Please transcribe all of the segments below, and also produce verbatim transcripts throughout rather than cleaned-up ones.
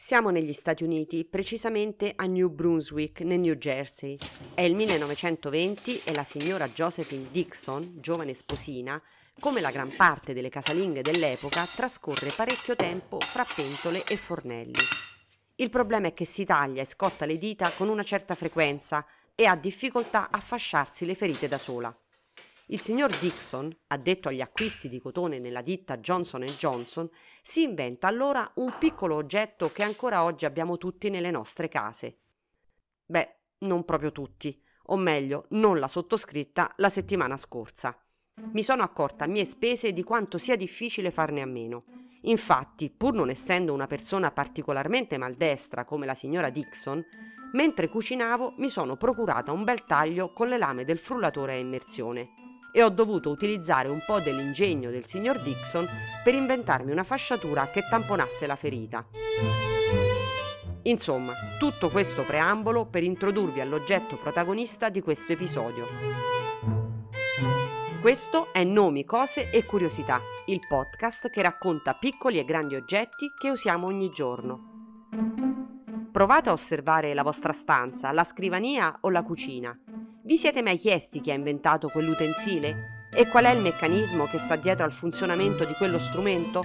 Siamo negli Stati Uniti, precisamente a New Brunswick, nel New Jersey. È il millenovecentoventi e la signora Josephine Dixon, giovane sposina, come la gran parte delle casalinghe dell'epoca, trascorre parecchio tempo fra pentole e fornelli. Il problema è che si taglia e scotta le dita con una certa frequenza e ha difficoltà a fasciarsi le ferite da sola. Il signor Dixon, addetto agli acquisti di cotone nella ditta Johnson and Johnson, si inventa allora un piccolo oggetto che ancora oggi abbiamo tutti nelle nostre case. Beh, non proprio tutti, o meglio, non la sottoscritta la settimana scorsa. Mi sono accorta a mie spese di quanto sia difficile farne a meno. Infatti, pur non essendo una persona particolarmente maldestra come la signora Dixon, mentre cucinavo mi sono procurata un bel taglio con le lame del frullatore a immersione e ho dovuto utilizzare un po' dell'ingegno del signor Dixon per inventarmi una fasciatura che tamponasse la ferita. Insomma, tutto questo preambolo per introdurvi all'oggetto protagonista di questo episodio. Questo è Nomi, Cose e Curiosità, il podcast che racconta piccoli e grandi oggetti che usiamo ogni giorno. Provate a osservare la vostra stanza, la scrivania o la cucina. Vi siete mai chiesti chi ha inventato quell'utensile? E qual è il meccanismo che sta dietro al funzionamento di quello strumento?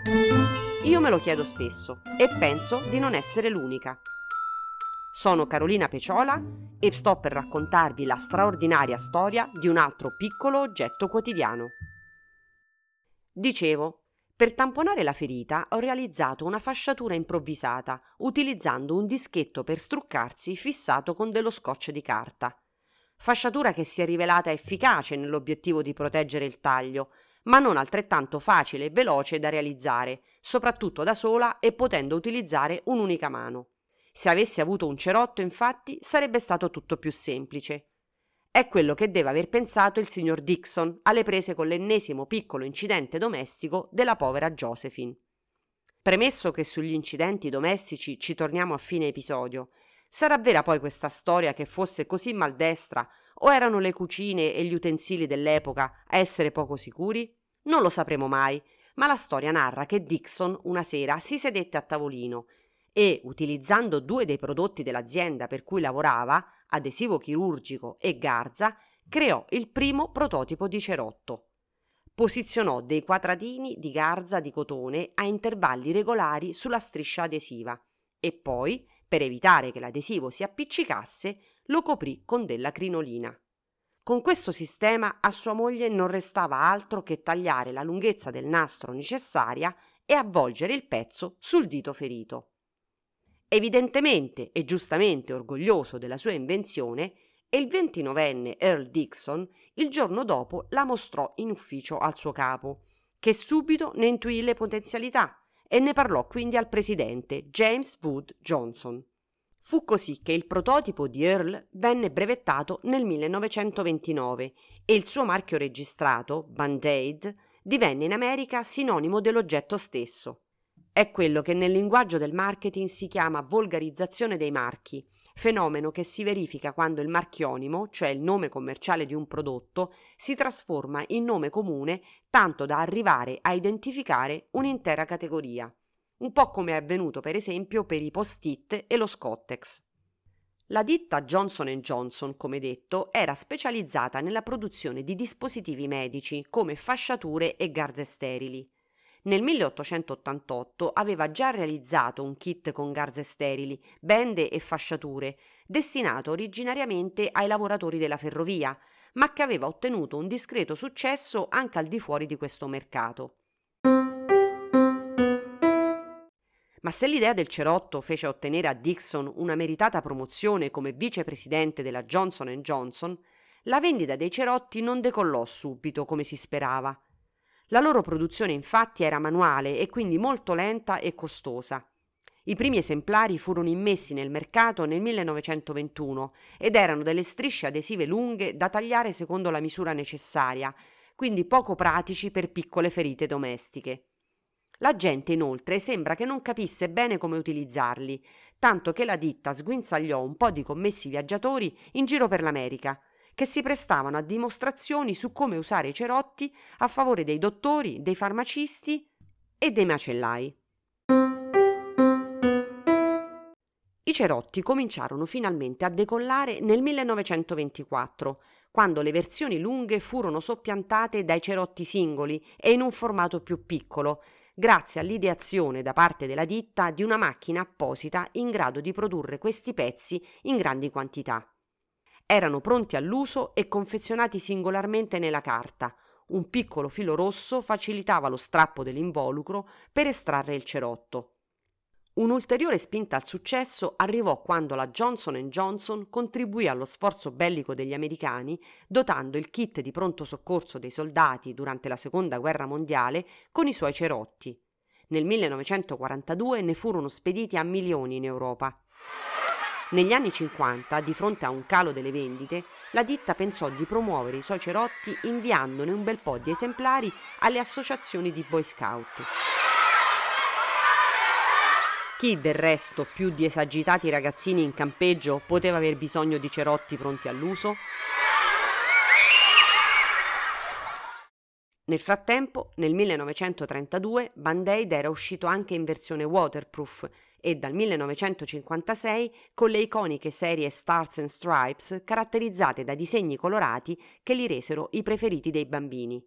Io me lo chiedo spesso e penso di non essere l'unica. Sono Carolina Peciola e sto per raccontarvi la straordinaria storia di un altro piccolo oggetto quotidiano. Dicevo, per tamponare la ferita ho realizzato una fasciatura improvvisata utilizzando un dischetto per struccarsi fissato con dello scotch di carta. Fasciatura che si è rivelata efficace nell'obiettivo di proteggere il taglio, ma non altrettanto facile e veloce da realizzare, soprattutto da sola e potendo utilizzare un'unica mano. Se avessi avuto un cerotto, infatti, sarebbe stato tutto più semplice. È quello che deve aver pensato il signor Dixon alle prese con l'ennesimo piccolo incidente domestico della povera Josephine. Premesso che sugli incidenti domestici ci torniamo a fine episodio, sarà vera poi questa storia che fosse così maldestra o erano le cucine e gli utensili dell'epoca a essere poco sicuri? Non lo sapremo mai, ma la storia narra che Dixon una sera si sedette a tavolino e, utilizzando due dei prodotti dell'azienda per cui lavorava, adesivo chirurgico e garza, creò il primo prototipo di cerotto. Posizionò dei quadratini di garza di cotone a intervalli regolari sulla striscia adesiva e poi, per evitare che l'adesivo si appiccicasse, lo coprì con della crinolina. Con questo sistema a sua moglie non restava altro che tagliare la lunghezza del nastro necessaria e avvolgere il pezzo sul dito ferito. Evidentemente e giustamente orgoglioso della sua invenzione, il ventinovenne Earl Dixon il giorno dopo la mostrò in ufficio al suo capo, che subito ne intuì le potenzialità e ne parlò quindi al presidente James Wood Johnson. Fu così che il prototipo di Earl venne brevettato nel millenovecentoventinove e il suo marchio registrato, Band-Aid, divenne in America sinonimo dell'oggetto stesso. È quello che nel linguaggio del marketing si chiama volgarizzazione dei marchi, fenomeno che si verifica quando il marchionimo, cioè il nome commerciale di un prodotto, si trasforma in nome comune tanto da arrivare a identificare un'intera categoria. Un po' come è avvenuto per esempio per i post-it e lo Scottex. La ditta Johnson and Johnson, come detto, era specializzata nella produzione di dispositivi medici come fasciature e garze sterili. Nel milleottocentottantotto aveva già realizzato un kit con garze sterili, bende e fasciature, destinato originariamente ai lavoratori della ferrovia, ma che aveva ottenuto un discreto successo anche al di fuori di questo mercato. Ma se l'idea del cerotto fece ottenere a Dixon una meritata promozione come vicepresidente della Johnson and Johnson, la vendita dei cerotti non decollò subito come si sperava. La loro produzione infatti era manuale e quindi molto lenta e costosa. I primi esemplari furono immessi nel mercato nel millenovecentoventuno ed erano delle strisce adesive lunghe da tagliare secondo la misura necessaria, quindi poco pratici per piccole ferite domestiche. La gente inoltre sembra che non capisse bene come utilizzarli, tanto che la ditta sguinzagliò un po' di commessi viaggiatori in giro per l'America, che si prestavano a dimostrazioni su come usare i cerotti a favore dei dottori, dei farmacisti e dei macellai. cerotti cominciarono finalmente a decollare nel millenovecentoventiquattro, quando le versioni lunghe furono soppiantate dai cerotti singoli e in un formato più piccolo, grazie all'ideazione da parte della ditta di una macchina apposita in grado di produrre questi pezzi in grandi quantità. Erano pronti all'uso e confezionati singolarmente nella carta. Un piccolo filo rosso facilitava lo strappo dell'involucro per estrarre il cerotto. Un'ulteriore spinta al successo arrivò quando la Johnson and Johnson contribuì allo sforzo bellico degli americani dotando il kit di pronto soccorso dei soldati durante la Seconda Guerra Mondiale con i suoi cerotti. Nel millenovecentoquarantadue ne furono spediti a milioni in Europa. Negli anni cinquanta, di fronte a un calo delle vendite, la ditta pensò di promuovere i suoi cerotti inviandone un bel po' di esemplari alle associazioni di Boy Scout. Chi del resto, più di esagitati ragazzini in campeggio, poteva aver bisogno di cerotti pronti all'uso? Nel frattempo, nel millenovecentotrentadue, Band-Aid era uscito anche in versione waterproof e dal millenovecentocinquantasei con le iconiche serie Stars and Stripes caratterizzate da disegni colorati che li resero i preferiti dei bambini.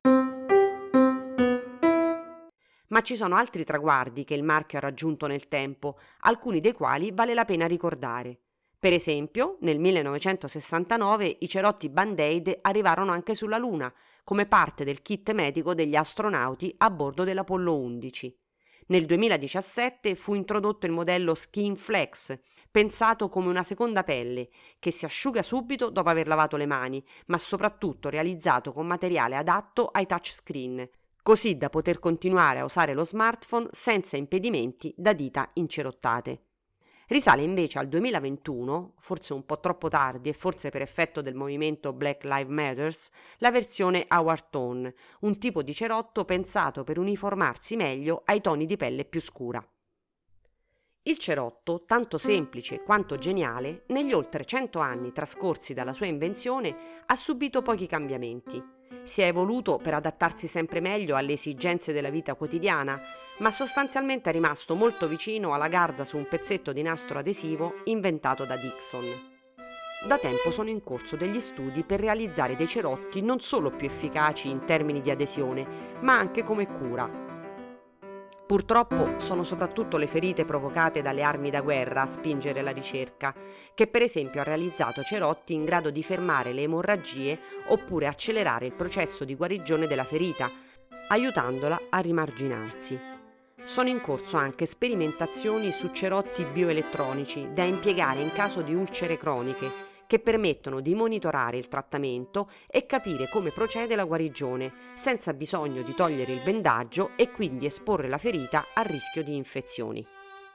Ma ci sono altri traguardi che il marchio ha raggiunto nel tempo, alcuni dei quali vale la pena ricordare. Per esempio, nel millenovecentosessantanove i cerotti Band-Aid arrivarono anche sulla Luna, come parte del kit medico degli astronauti a bordo dell'Apollo undici. Nel duemiladiciassette fu introdotto il modello Skin Flex, pensato come una seconda pelle, che si asciuga subito dopo aver lavato le mani, ma soprattutto realizzato con materiale adatto ai touchscreen, così da poter continuare a usare lo smartphone senza impedimenti da dita incerottate. Risale invece al duemilaventuno, forse un po' troppo tardi e forse per effetto del movimento Black Lives Matter, la versione Our Tone, un tipo di cerotto pensato per uniformarsi meglio ai toni di pelle più scura. Il cerotto, tanto semplice quanto geniale, negli oltre cento anni trascorsi dalla sua invenzione, ha subito pochi cambiamenti. Si è evoluto per adattarsi sempre meglio alle esigenze della vita quotidiana, ma sostanzialmente è rimasto molto vicino alla garza su un pezzetto di nastro adesivo inventato da Dixon. Da tempo sono in corso degli studi per realizzare dei cerotti non solo più efficaci in termini di adesione, ma anche come cura. Purtroppo sono soprattutto le ferite provocate dalle armi da guerra a spingere la ricerca, che per esempio ha realizzato cerotti in grado di fermare le emorragie oppure accelerare il processo di guarigione della ferita, aiutandola a rimarginarsi. Sono in corso anche sperimentazioni su cerotti bioelettronici da impiegare in caso di ulcere croniche, che permettono di monitorare il trattamento e capire come procede la guarigione, senza bisogno di togliere il bendaggio e quindi esporre la ferita al rischio di infezioni.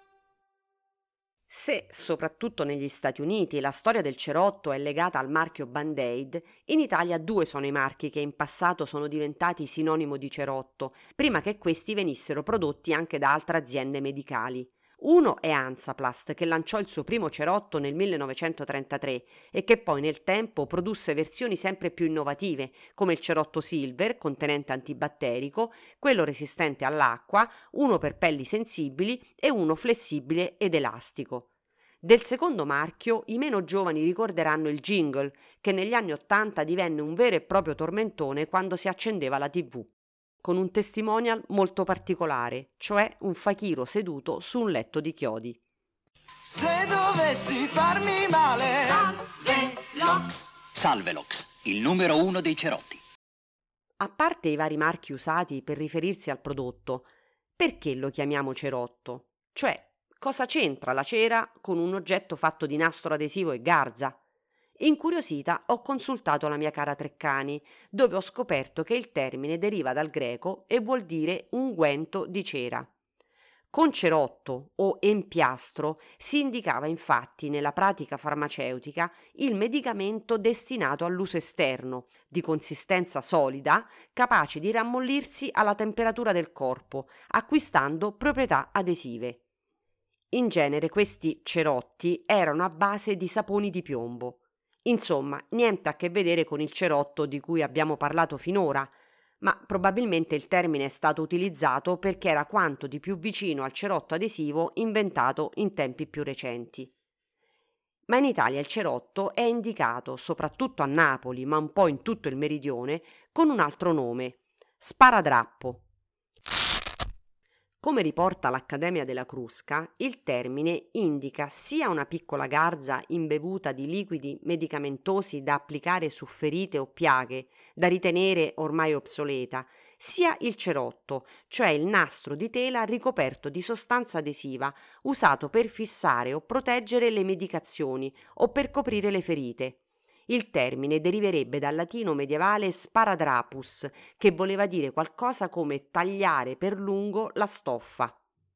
Se, soprattutto negli Stati Uniti, la storia del cerotto è legata al marchio Band-Aid, in Italia due sono i marchi che in passato sono diventati sinonimo di cerotto, prima che questi venissero prodotti anche da altre aziende medicali. Uno è Hansaplast, che lanciò il suo primo cerotto nel millenovecentotrentatré e che poi nel tempo produsse versioni sempre più innovative, come il cerotto Silver, contenente antibatterico, quello resistente all'acqua, uno per pelli sensibili e uno flessibile ed elastico. Del secondo marchio i meno giovani ricorderanno il jingle, che negli anni Ottanta divenne un vero e proprio tormentone quando si accendeva la tivù, con un testimonial molto particolare, cioè un fakiro seduto su un letto di chiodi. Se dovessi farmi male, Salvelox. Salvelox, il numero uno dei cerotti. A parte i vari marchi usati per riferirsi al prodotto, perché lo chiamiamo cerotto? Cioè, cosa c'entra la cera con un oggetto fatto di nastro adesivo e garza? Incuriosita ho consultato la mia cara Treccani, dove ho scoperto che il termine deriva dal greco e vuol dire unguento di cera. Con cerotto o empiastro si indicava infatti nella pratica farmaceutica il medicamento destinato all'uso esterno, di consistenza solida, capace di rammollirsi alla temperatura del corpo, acquistando proprietà adesive. In genere questi cerotti erano a base di saponi di piombo. Insomma, niente a che vedere con il cerotto di cui abbiamo parlato finora, ma probabilmente il termine è stato utilizzato perché era quanto di più vicino al cerotto adesivo inventato in tempi più recenti. Ma in Italia il cerotto è indicato, soprattutto a Napoli, ma un po' in tutto il meridione, con un altro nome: sparadrappo. Come riporta l'Accademia della Crusca, il termine indica sia una piccola garza imbevuta di liquidi medicamentosi da applicare su ferite o piaghe, da ritenere ormai obsoleta, sia il cerotto, cioè il nastro di tela ricoperto di sostanza adesiva usato per fissare o proteggere le medicazioni o per coprire le ferite. Il termine deriverebbe dal latino medievale sparadrapus, che voleva dire qualcosa come tagliare per lungo la stoffa.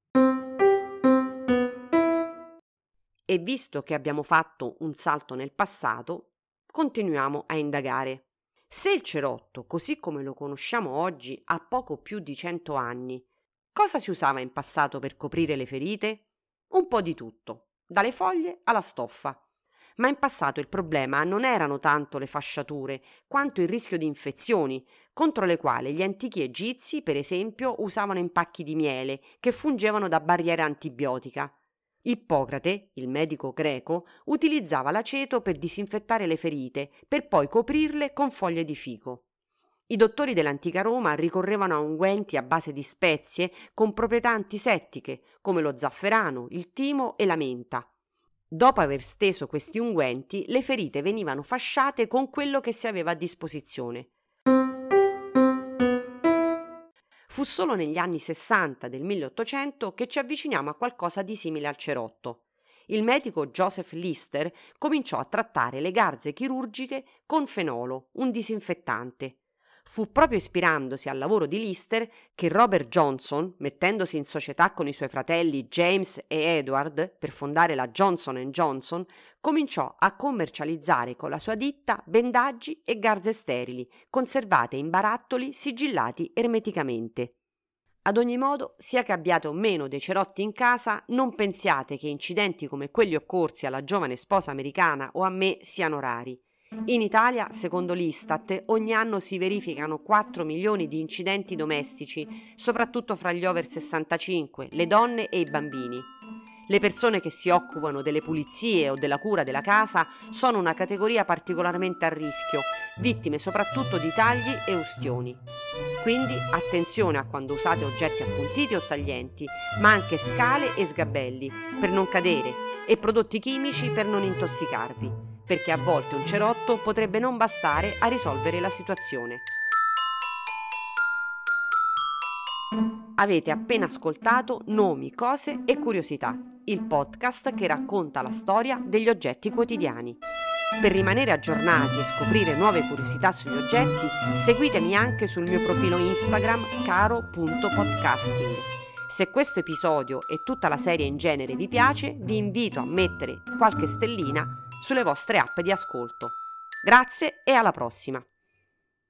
E visto che abbiamo fatto un salto nel passato, continuiamo a indagare. Se il cerotto, così come lo conosciamo oggi, ha poco più di cento anni, cosa si usava in passato per coprire le ferite? Un po' di tutto, dalle foglie alla stoffa. Ma in passato il problema non erano tanto le fasciature, quanto il rischio di infezioni, contro le quali gli antichi egizi, per esempio, usavano impacchi di miele che fungevano da barriera antibiotica. Ippocrate, il medico greco, utilizzava l'aceto per disinfettare le ferite, per poi coprirle con foglie di fico. I dottori dell'antica Roma ricorrevano a unguenti a base di spezie con proprietà antisettiche, come lo zafferano, il timo e la menta. Dopo aver steso questi unguenti, le ferite venivano fasciate con quello che si aveva a disposizione. Fu solo negli anni sessanta del milleottocento che ci avviciniamo a qualcosa di simile al cerotto. Il medico Joseph Lister cominciò a trattare le garze chirurgiche con fenolo, un disinfettante. Fu proprio ispirandosi al lavoro di Lister che Robert Johnson, mettendosi in società con i suoi fratelli James e Edward per fondare la Johnson and Johnson, cominciò a commercializzare con la sua ditta bendaggi e garze sterili, conservate in barattoli sigillati ermeticamente. Ad ogni modo, sia che abbiate o meno dei cerotti in casa, non pensiate che incidenti come quelli occorsi alla giovane sposa americana o a me siano rari. In Italia, secondo l'Istat, ogni anno si verificano quattro milioni di incidenti domestici, soprattutto fra gli over sessantacinque, le donne e i bambini. Le persone che si occupano delle pulizie o della cura della casa sono una categoria particolarmente a rischio, vittime soprattutto di tagli e ustioni. Quindi attenzione a quando usate oggetti appuntiti o taglienti, ma anche scale e sgabelli per non cadere e prodotti chimici per non intossicarvi, perché a volte un cerotto potrebbe non bastare a risolvere la situazione. Avete appena ascoltato Nomi, cose e curiosità, il podcast che racconta la storia degli oggetti quotidiani. Per rimanere aggiornati e scoprire nuove curiosità sugli oggetti, seguitemi anche sul mio profilo Instagram caro punto podcasting. Se questo episodio e tutta la serie in genere vi piace, vi invito a mettere qualche stellina sulle vostre app di ascolto. Grazie e alla prossima!